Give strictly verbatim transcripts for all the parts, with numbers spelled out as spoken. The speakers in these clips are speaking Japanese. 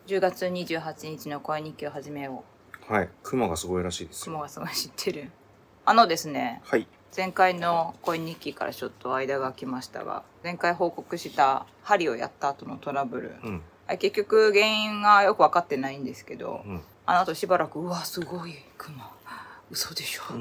じゅうがつにじゅうはちにちの声日記を始めよう。はい。雲がすごいらしいですよ。 雲がすごい知ってる。あのですね。 はい。 前回の声日記からちょっと間が空きましたが、前回報告した針をやった後のトラブル。うん、結局原因がよく分かってないんですけど、うん、あの後しばらく、うわ、すごい雲。嘘でしょ。うん、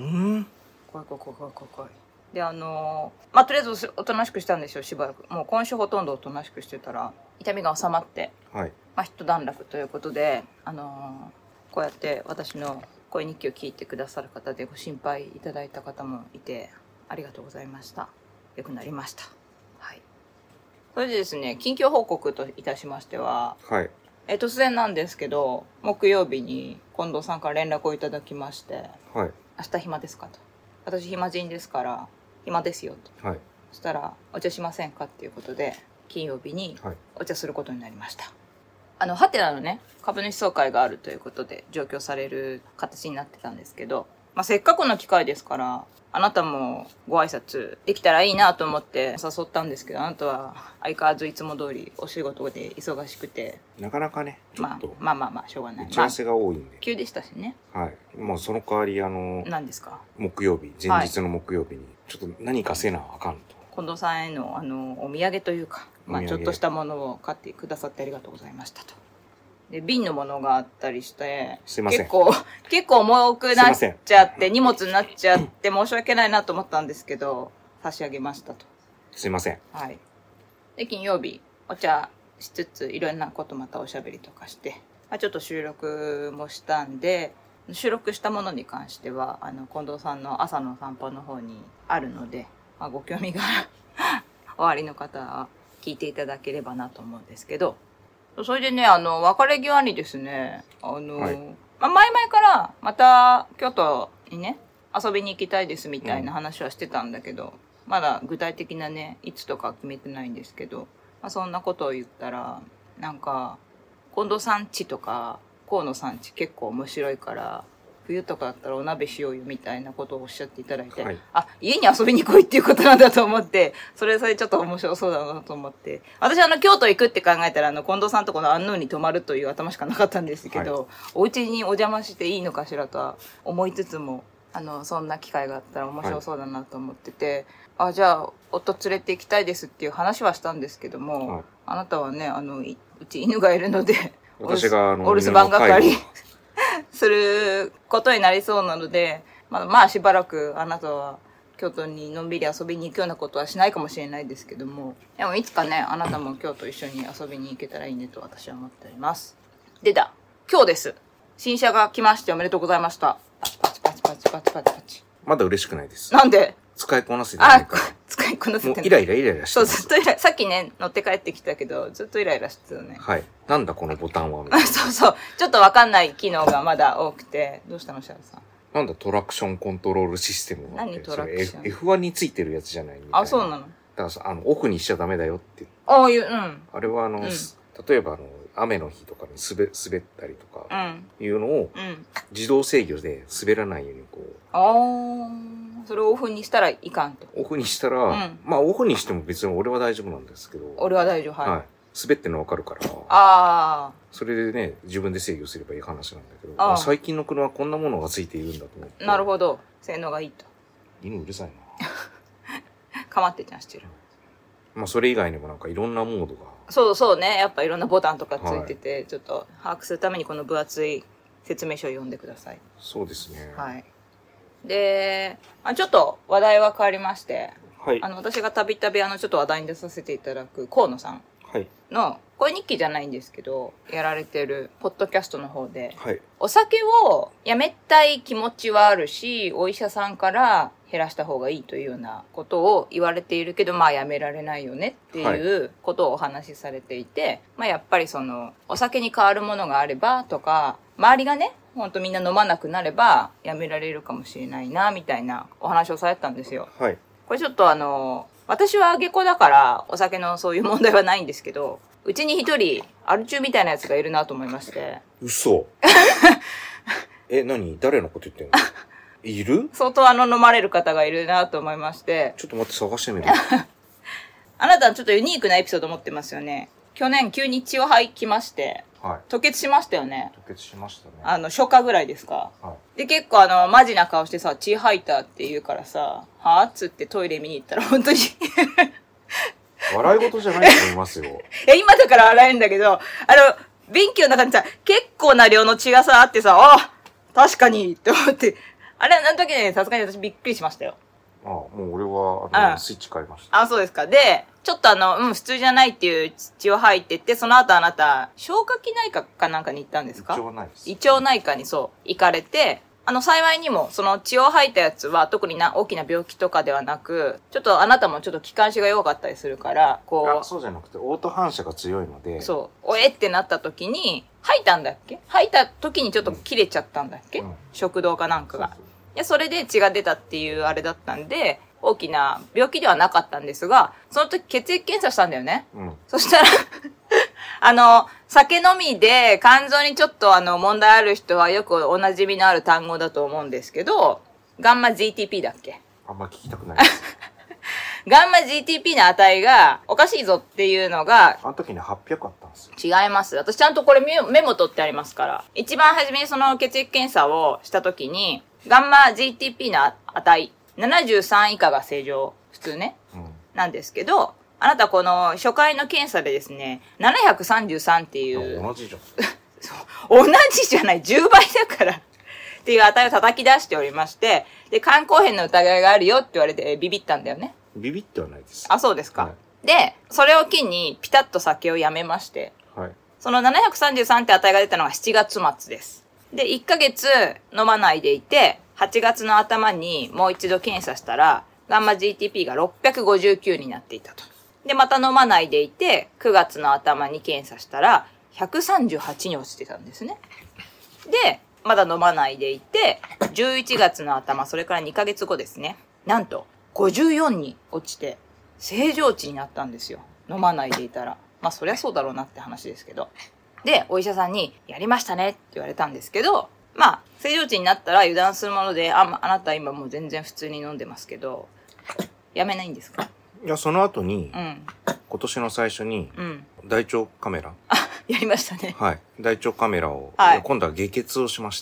怖い怖い怖い怖い怖い。で、あのー、まあ、とりあえずおとなしくしたんですよ、しばらく。もう今週ほとんどおとなしくしてたら、痛みが収まって、はい。まあ、一段落ということで、あのー、こうやって私の声日記を聞いてくださる方でご心配いただいた方もいて、ありがとうございました。よくなりました。はい。それでですね、近況報告といたしましては、はい。え突然なんですけど、木曜日に近藤さんから連絡をいただきまして、はい。明日暇ですかと。私暇人ですから、暇ですよと。はい。そしたら、お茶しませんかっていうことで、金曜日にお茶することになりました。はい、あの、ハテナのね、株主総会があるということで、上京される形になってたんですけど、まあ、せっかくの機会ですから、あなたもご挨拶できたらいいなと思って誘ったんですけど、あなたは相変わらずいつも通りお仕事で忙しくて。 なかなかね、ちょっと。 まあまあまあまあ、しょうがない。 打ち合わせが多いんで。まあ、 急でしたしね。 はい。もうその代わり、あの、 何ですか？ 木曜日、前日の木曜日に、ちょっと何かせなあかんと。 近藤さんへの、あの、お土産というか、まあちょっとしたものを買ってくださってありがとうございましたと。で、瓶のものがあったりして、 すいません。 結構、結構重くなっちゃって、荷物になっちゃって申し訳ないなと思ったんですけど、差し上げましたと。 すいません。 はい。で、金曜日、お茶しつつ、いろんなことまたおしゃべりとかして、まあ、ちょっと収録もしたんで、収録したものに関しては、あの、近藤さんの朝の散歩の方にあるので、まあ、ご興味がおありの方は聞いていただければなと思うんですけど、それでね、あの、別れ際にですね、あの、はい、まあ、前々からまた京都にね、遊びに行きたいですみたいな話はしてたんだけど、うん、まだ具体的なね、いつとか決めてないんですけど、まあ、そんなことを言ったら、なんか、近藤さん家とか、河野さん家結構面白いから、冬とかだったらお鍋しようよみたいなことをおっしゃっていただいて、はい、あ、家に遊びに来いっていうことなんだと思って、それそれちょっと面白そうだなと思って、私あの京都行くって考えたらあの近藤さんとこの安納に泊まるという頭しかなかったんですけど、はい、お家にお邪魔していいのかしらとは思いつつも、あの、そんな機会があったら面白そうだなと思ってて、はい、あ、じゃあ夫連れて行きたいですっていう話はしたんですけども、はい、あなたはね、あの、うち犬がいるので、 私があの、 お留守番係することになりそうなので、まあ、まあしばらくあなたは京都にのんびり遊びに行くようなことはしないかもしれないですけども、でもいつかね、あなたも京都一緒に遊びに行けたらいいねと私は思っております。でだ、今日です。新車が来ましておめでとうございました。パチパチパチパチパチパチパチ。 まだ嬉しくないです。 なんで？ 使いこなせてないから。 あ、使いこなせてない。 もうイライライライラしてそう、ずっとイライラ。さっきね、乗って帰ってきたけど、ずっとイライラしてたね。 はい。なんだこのボタンはみたいな。 そうそう。ちょっとわかんない機能がまだ多くて。どうしたの、シャルさん。 なんだトラクションコントロールシステムは。 何トラクションエフワン についてるやつじゃないみたいな。 あ、そうなの。だからさ、あの、オフにしちゃダメだよって。 ああいう、うん。 あれはあの、うん、例えばあの、雨の日とかに滑、滑ったりとか、いうのを、自動制御で滑らないようにこう。 ああ、それをオフにしたらいかんと。 オフにしたら、うん、まあオフにしても別に俺は大丈夫なんですけど。 俺は大丈夫、はい。はい。 滑ってるの分かるから。ああ。 それでね、自分で制御すればいい話なんだけど、あ最近の車はこんなものがついているんだと思って。 なるほど。性能がいいと。 犬うるさいな。かまってちゃんしてる。 まあそれ以外にもなんかいろんなモードが。 そうそうね。やっぱいろんなボタンとかついてて、はい、ちょっと把握するためにこの分厚い説明書を読んでください。 そうですね。 はい。で、あちょっと話題は変わりまして、 はい。 あの、私がたびたびあの、ちょっと話題に出させていただく河野さんの、声日記じゃないんですけど、やられてるポッドキャストの方で、はい、お酒をやめたい気持ちはあるし、お医者さんから減らした方がいいというようなことを言われているけど、まあやめられないよねっていうことをお話しされていて、はい、まあやっぱりその、お酒に変わるものがあればとか、周りがね、ほんとみんな飲まなくなればやめられるかもしれないな、みたいなお話をされてたんですよ。 はい。 これちょっとあの、私は下戸だからお酒のそういう問題はないんですけど、うちに一人アル中みたいなやつがいるなと思いまして。 嘘え、何誰のこと言ってんのいる相当あの飲まれる方がいるなと思いまして。 ちょっと待って探してみる。 あなたはちょっとユニークなエピソード持ってますよね。去年急に血を吐きまして、 はい、 吐血しましたよね。 吐血しましたね。 あの、初夏ぐらいですか。 はい、 で、結構あの、マジな顔してさ、血吐いたって言うからさ、はぁっつってトイレ見に行ったら、本当に笑い事じゃないと思いますよ。 いや、今だから笑えるんだけど、あの、便器の中にさ、結構な量の血がさ、あってさ、あ、確かにって思って、あれ、あの時ね、さすがに私びっくりしましたよ。 ああ、もう俺は、あの、うん、スイッチ変えました。 あ、そうですか。で、ちょっとあの、うん、普通じゃないっていう血を吐いてって、その後あなた、消化器内科かなんかに行ったんですか？ 胃腸内です。 胃腸内科にそう、行かれて、あの、幸いにも、その血を吐いたやつは特にな大きな病気とかではなく、ちょっとあなたもちょっと気管支が弱かったりするから、こう。 あ、そうじゃなくて、オート反射が強いので。 そう。おえってなった時に、吐いたんだっけ？吐いた時にちょっと切れちゃったんだっけ？うん、食道かなんかが。そうそう。いや、それで血が出たっていうあれだったんで、大きな病気ではなかったんですが、その時血液検査したんだよね。うん、そしたら、あの、酒飲みで肝臓にちょっとあの問題ある人はよくお馴染みのある単語だと思うんですけど、ガンマ ジーティーピー だっけ？ あんま聞きたくないです。 ガンマ ジーティーピー の値がおかしいぞっていうのが、 あの時にはっぴゃくあったんですよ。 違います。私ちゃんとこれメモ取ってありますから。一番初めにその血液検査をした時に、ガンマ ジーティーピー の値、ななじゅうさん以下が正常、普通ね、うん、なんですけど、あなたこの初回の検査でですね、ななひゃくさんじゅうさんっていう。 同じじゃん。 そう。同じじゃない、じゅうばいだから。っていう値を叩き出しておりまして、で、肝硬変の疑いがあるよって言われてビビったんだよね。 ビビってはないです。 あ、そうですか。はい、で、それを機にピタッと酒をやめまして、はい、そのななひゃくさんじゅうさんって値が出たのがしちがつ末です。で、いっかげつ飲まないでいて、はちがつの頭にもう一度検査したら、ガンマ ジーティーピー がろっぴゃくごじゅうきゅうになっていたと。で、また飲まないでいて、くがつの頭に検査したら、ひゃくさんじゅうはちに落ちてたんですね。で、まだ飲まないでいて、じゅういちがつの頭、それからにかげつごですね。なんと、ごじゅうよんに落ちて、正常値になったんですよ。飲まないでいたら。まあ、そりゃそうだろうなって話ですけど。で、お医者さんに、やりましたねって言われたんですけど、まあ、正常値になったら油断するもので、あ、あなた今もう全然普通に飲んでますけど、やめないんですか？ いや、その後に、うん、今年の最初に、うん、大腸カメラ。 あ、やりましたね。 はい。大腸カメラを、はい、今度は下血をしまして。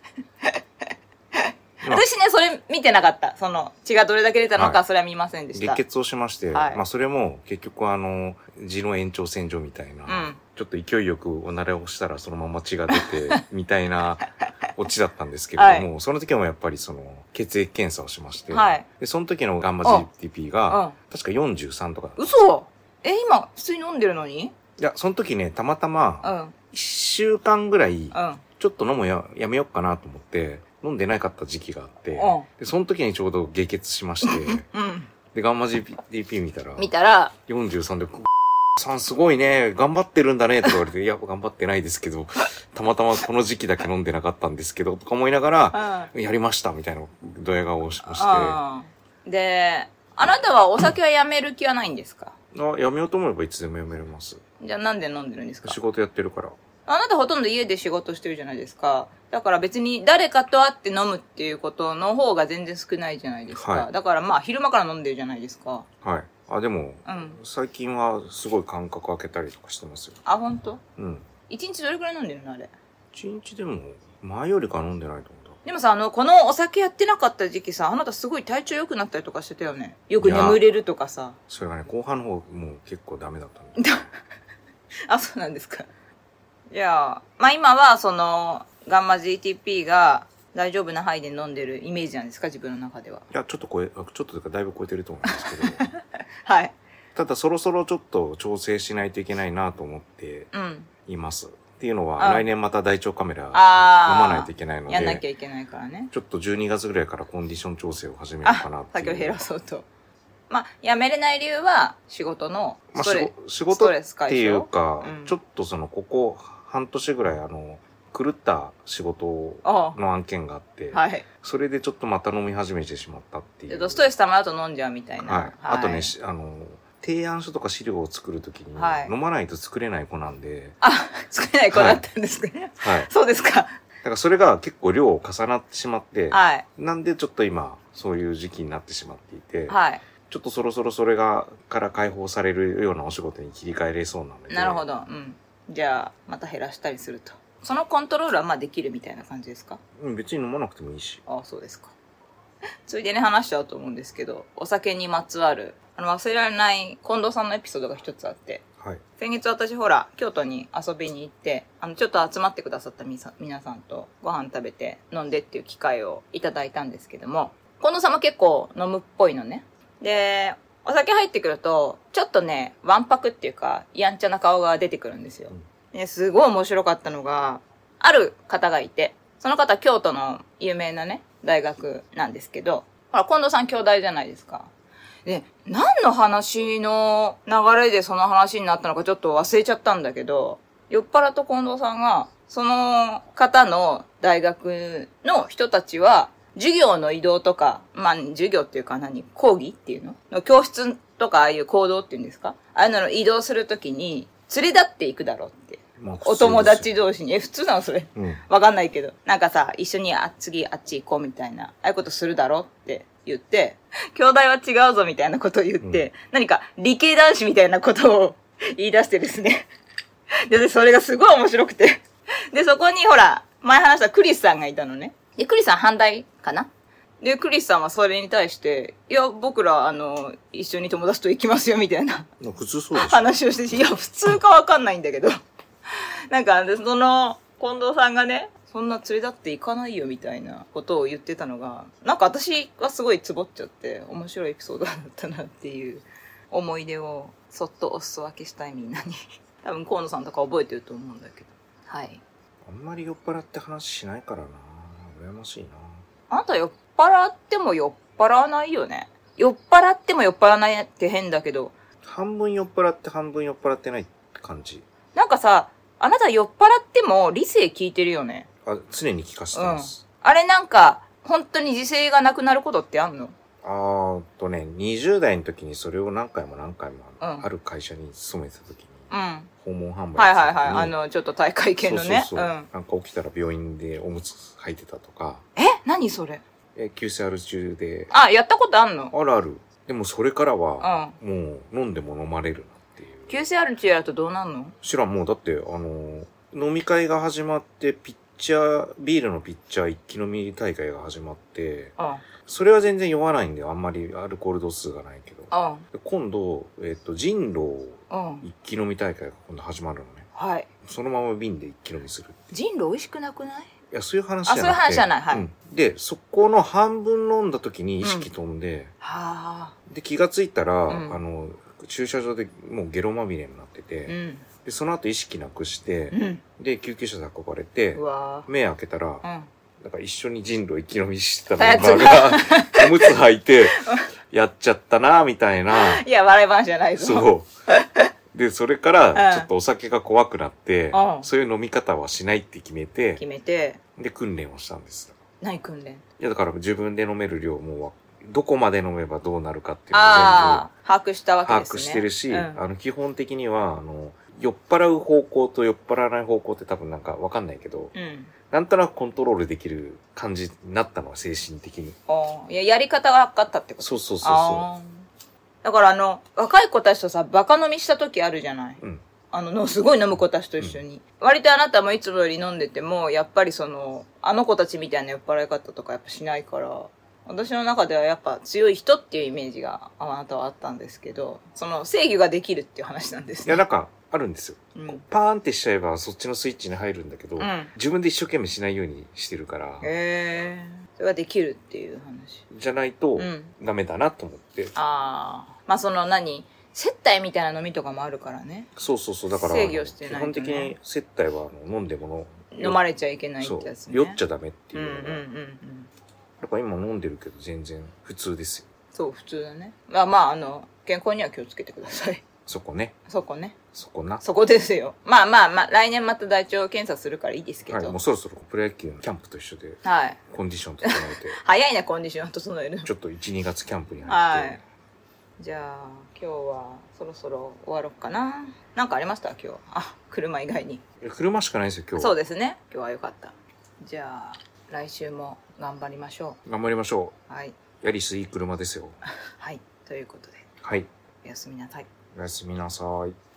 私ね、それ見てなかった。その、血がどれだけ出たのか、はい、それは見ませんでした。 下血をしまして、はい、まあそれも結局あの、痔の延長線上みたいな、うん、ちょっと勢いよくおなれをしたらそのまま血が出て、みたいなオチだったんですけれども、はい、その時もやっぱりその、血液検査をしまして、はい、で、その時のガンマ ジーティーピー が、確かよんじゅうさんとかだった。 嘘！え、今、普通に飲んでるのに？ いや、その時ね、たまたま、いっしゅうかんぐらい、ちょっと飲むや、やめようかなと思って、飲んでなかった時期があって、うん、で、その時にちょうど下血しまして、うん、で、ガンマ ジーティーピー 見たら、 見たら、 よんじゅうさんで、さんすごいね、頑張ってるんだね、とか言われて、いや、頑張ってないですけど、たまたまこの時期だけ飲んでなかったんですけど、とか思いながら、うん、やりました、みたいなドヤ顔をしまして。で、あなたはお酒はやめる気はないんですか？ あ、やめようと思えばいつでもやめれます。 じゃあなんで飲んでるんですか？ 仕事やってるから。 あなたほとんど家で仕事してるじゃないですか。だから別に誰かと会って飲むっていうことの方が全然少ないじゃないですか。はい、だからまあ昼間から飲んでるじゃないですか。 はい。あ、でも、うん、最近はすごい間隔空けたりとかしてますよ。 あ、ほんと？ うん。 一日どれくらい飲んでるのあれ？ 一日でも前よりか飲んでないと思う。 でもさ、あの、このお酒やってなかった時期さ、あなたすごい体調良くなったりとかしてたよね。よく眠れるとかさ。 それがね、後半の方もう結構ダメだったんだ。 あ、そうなんですか。いや、まあ今はその、ガンマ ジーティーピー が大丈夫な範囲で飲んでるイメージなんですか、自分の中では。 いや、ちょっと超え、ちょっとというかだいぶ超えてると思うんですけど。 はい。 ただそろそろちょっと調整しないといけないなと思っています。うん、っていうのは、来年また大腸カメラ飲まないといけないので。 やんなきゃいけないからね。 ちょっとじゅうにがつぐらいからコンディション調整を始めようかなっていう。 酒を減らそうと。まあ、やめれない理由は仕事のストレス、 まあ、仕事っていうか、うん、ちょっとその、ここ半年ぐらいあの、狂った仕事の案件があって、はい、それでちょっとまた飲み始めてしまったっていう。 ストレス溜まると飲んじゃうみたいな。 はい。はい、あとね、あの、提案書とか資料を作るときに、はい、飲まないと作れない子なんで。 あ、作れない子だったんですね。はい。はい、そうですか。だからそれが結構量重なってしまって、はい。なんでちょっと今、そういう時期になってしまっていて、はい。ちょっとそろそろそれが、から解放されるようなお仕事に切り替えれそうなので。 なるほど。うん。 じゃあまた減らしたりすると。そのコントロールはまあできるみたいな感じですか？ うん、別に飲まなくてもいいし。 ああ、そうですか。ついでに話しちゃうと思うんですけど、お酒にまつわるあの忘れられない近藤さんのエピソードが一つあって、はい、先月私ほら京都に遊びに行って、あのちょっと集まってくださったみさ皆さんとご飯食べて飲んでっていう機会をいただいたんですけども、近藤さんも結構飲むっぽいのね。で、お酒入ってくるとちょっとねわんぱくっていうかやんちゃな顔が出てくるんですよ。ですごい面白かったのが、ある方がいて、その方京都の有名なね大学なんですけど、ほら近藤さん兄弟じゃないですか。で、何の話の流れでその話になったのかちょっと忘れちゃったんだけど、酔っ払と近藤さんが、その方の大学の人たちは、授業の移動とか、まあ、授業っていうか何、講義っていうのの教室とかああいう行動っていうんですか、ああいうのの移動するときに、連れ立っていくだろうって。まあ、お友達同士に。え、普通なのそれ。うん、わかんないけど。なんかさ、一緒にあ、次あっち行こうみたいな、ああいうことするだろうって言って、兄弟は違うぞみたいなことを言って、うん、何か理系男子みたいなことを言い出してですね。で、それがすごい面白くて。で、そこにほら、前話したクリスさんがいたのね。で、クリスさん反対かな？で、クリスさんはそれに対して、いや、僕ら、あの、一緒に友達と行きますよみたいな。 普通そうでしょ。 話をして、いや、普通かわかんないんだけど。なんか、その、近藤さんがね、そんな連れ立っていかないよみたいなことを言ってたのが、なんか私はすごいツボっちゃって、面白いエピソードだったなっていう思い出をそっとお裾分けしたいみんなに。多分河野さんとか覚えてると思うんだけど。はい。 あんまり酔っ払って話しないからな。羨ましいな。 あなた酔っ払っても酔っ払わないよね。酔っ払っても酔っ払わないって変だけど。 半分酔っ払って半分酔っ払ってないって感じ。 なんかさ、あなた酔っ払っても理性聞いてるよね。 あ、常に聞かせてます。 うん、あれなんか、本当に自制がなくなることってあんの？ あーとね、にじゅう代の時にそれを何回も何回も、うん、ある会社に勤めてた時に、うん、訪問販売はいはいはい。あの、ちょっと大会系のね。 そうそうそう、うん。なんか起きたら病院でおむつ履いてたとか。 え？何それ？ え、キューシーアール 中で。 あ、やったことあんの？ あるある。でもそれからは、うん、もう飲んでも飲まれるなっていう。 キューシーアール 中やるとどうなんの？ 知らん、もうだって、あの、飲み会が始まって、ピッチャー、ビールのピッチャー一気飲み大会が始まって、ああ、それは全然酔わないんで、あんまりアルコール度数がないけど。ああ、今度、えっと、人狼一気飲み大会が今度始まるのね。はい。そのまま瓶で一気飲みする。 人狼美味しくなくない？ いや、そういう話じゃなくて。あ、 そういう話じゃない。はい。うん、 で、そこの半分飲んだ時に意識飛んで、うん、はあ、で、気がついたら、うん、あの、駐車場でもうゲロまみれになってて、うん、で、その後意識なくして、うん、で、救急車で運ばれて、目開けたら、うん、なんか一緒に人狼一気飲みしてたメンバーが、おむつ履いて、やっちゃったなみたいな。 いや、笑い話じゃないぞ。 そう。で、それから、ちょっとお酒が怖くなって、うん、そういう飲み方はしないって決めて、 決めて、 で、訓練をしたんです。 何訓練？いや、だから自分で飲める量も、どこまで飲めばどうなるかっていうのを全部把握したわけですね。 把握してるし、うん、あの、基本的には、あの、酔っ払う方向と酔っ払わない方向って多分なんかわかんないけど、うん、なんとなくコントロールできる感じになったのは精神的に。 ああ、いや、やり方が分かったってこと？ そうそうそうそう。 だからあの、若い子たちとさ、バカ飲みした時あるじゃない。うん、あの、すごい飲む子たちと一緒に。うん、割とあなたもいつもより飲んでても、やっぱりその、あの子たちみたいな酔っ払い方とかやっぱしないから、私の中ではやっぱ強い人っていうイメージがあなたはあったんですけど、その制御ができるっていう話なんですね。 いや、なんか、あるんですよ、うん、パーンってしちゃえばそっちのスイッチに入るんだけど、うん、自分で一生懸命しないようにしてるから。 へー、それができるっていう話じゃないとダメだなと思って、うん、 ああ、まあその何接待みたいな飲みとかもあるからね。 そうそうそう、だから制御してないと、ね、 基本的に接待は飲んでも飲まれちゃいけないってやつね。 酔っちゃダメっていうのが、うんうんうんうん、だから今飲んでるけど全然普通ですよ。 そう、普通だね。まあまあ、あの健康には気をつけてください。 そこね。 そこね。 そこな。 そこですよ。まあまあまあ、来年また大腸検査するからいいですけど。 はい、もうそろそろプロ野球のキャンプと一緒で、はい。コンディション整えて。 早いね、コンディション整える。 ちょっといち、にがつキャンプに入って。はい。 じゃあ、今日はそろそろ終わろうかな。なんかありました今日。あ、車以外に。 車しかないですよ、今日。 そうですね。今日はよかった。じゃあ、来週も頑張りましょう。頑張りましょう。はい。 ヤリスいい車ですよ。 はい。ということで。 はい。 おやすみなさい。 おやすみなさい。